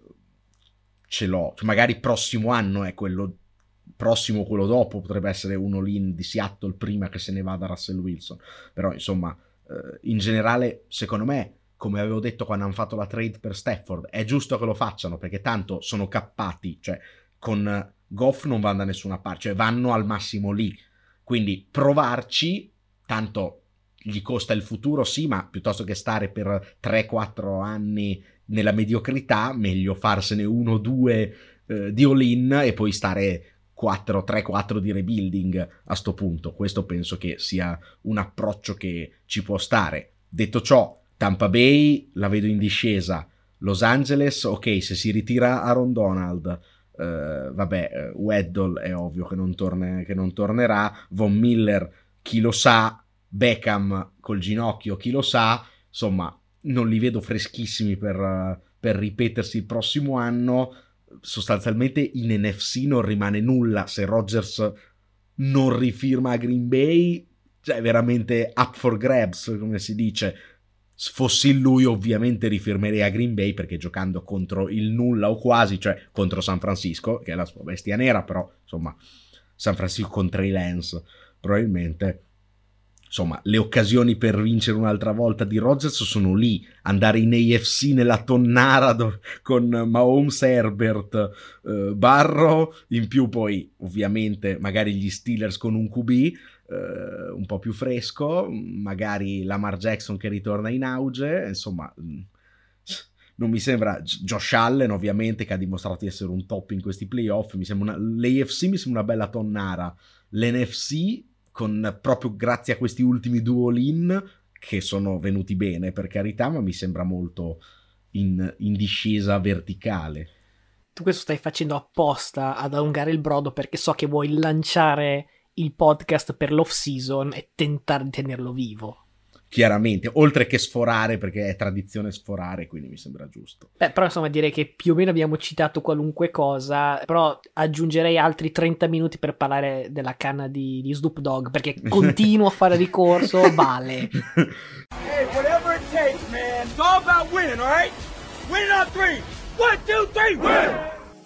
ce l'ho, cioè, magari prossimo anno è quello prossimo, quello dopo potrebbe essere uno all-in di Seattle prima che se ne vada Russell Wilson, però insomma eh, in generale secondo me, come avevo detto quando hanno fatto la trade per Stafford, è giusto che lo facciano perché tanto sono cappati, cioè con Goff non vanno da nessuna parte, cioè vanno al massimo lì, quindi provarci, tanto gli costa il futuro sì, ma piuttosto che stare per tre quattro anni nella mediocrità, meglio farsene uno o due eh, di all-in e poi stare quattro tre quattro di rebuilding a sto punto. Questo penso che sia un approccio che ci può stare. Detto ciò, Tampa Bay la vedo in discesa, Los Angeles ok, se si ritira Aaron Donald, eh, vabbè, eh, Weddle è ovvio che non, torne, che non tornerà, Von Miller chi lo sa, Beckham col ginocchio, chi lo sa, insomma non li vedo freschissimi per, per ripetersi il prossimo anno. Sostanzialmente in N F C non rimane nulla se Rodgers non rifirma a Green Bay, cioè veramente up for grabs, come si dice. Fossi lui ovviamente rifirmerei a Green Bay, perché giocando contro il nulla o quasi, cioè contro San Francisco, che è la sua bestia nera, però insomma San Francisco contro i Lance probabilmente, insomma le occasioni per vincere un'altra volta di Rodgers sono lì, andare in A F C nella tonnara do- con Mahomes, Herbert, eh, Burrow, in più poi ovviamente magari gli Steelers con un Q B Uh, un po' più fresco, magari Lamar Jackson che ritorna in auge, insomma non mi sembra. Josh Allen ovviamente, che ha dimostrato di essere un top in questi playoff, mi sembra una, l'A F C mi sembra una bella tonnara, l'N F C con proprio grazie a questi ultimi due all-in che sono venuti bene, per carità, ma mi sembra molto in, in discesa verticale. Tu questo stai facendo apposta ad allungare il brodo, perché so che vuoi lanciare il podcast per l'off season e tentare di tenerlo vivo. Chiaramente, oltre che sforare, perché è tradizione sforare, quindi mi sembra giusto. Beh, però insomma direi che più o meno abbiamo citato qualunque cosa, però aggiungerei altri trenta minuti per parlare della canna di, di Snoop Dogg, perché continuo a fare ricorso, vale. Hey, whatever it takes, man. It's all about winning, all right? Winning on three. One, two, three, win!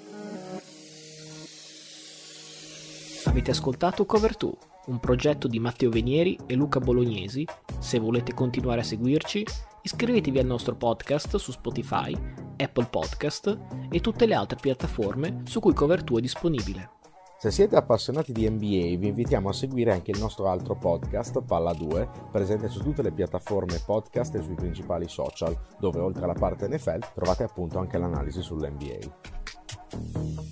Avete ascoltato Cover due, un progetto di Matteo Venieri e Luca Bolognesi. Se volete continuare a seguirci, iscrivetevi al nostro podcast su Spotify, Apple Podcast e tutte le altre piattaforme su cui Cover due è disponibile. Se siete appassionati di N B A, vi invitiamo a seguire anche il nostro altro podcast, Palla due, presente su tutte le piattaforme podcast e sui principali social, dove oltre alla parte N F L trovate appunto anche l'analisi sull'N B A.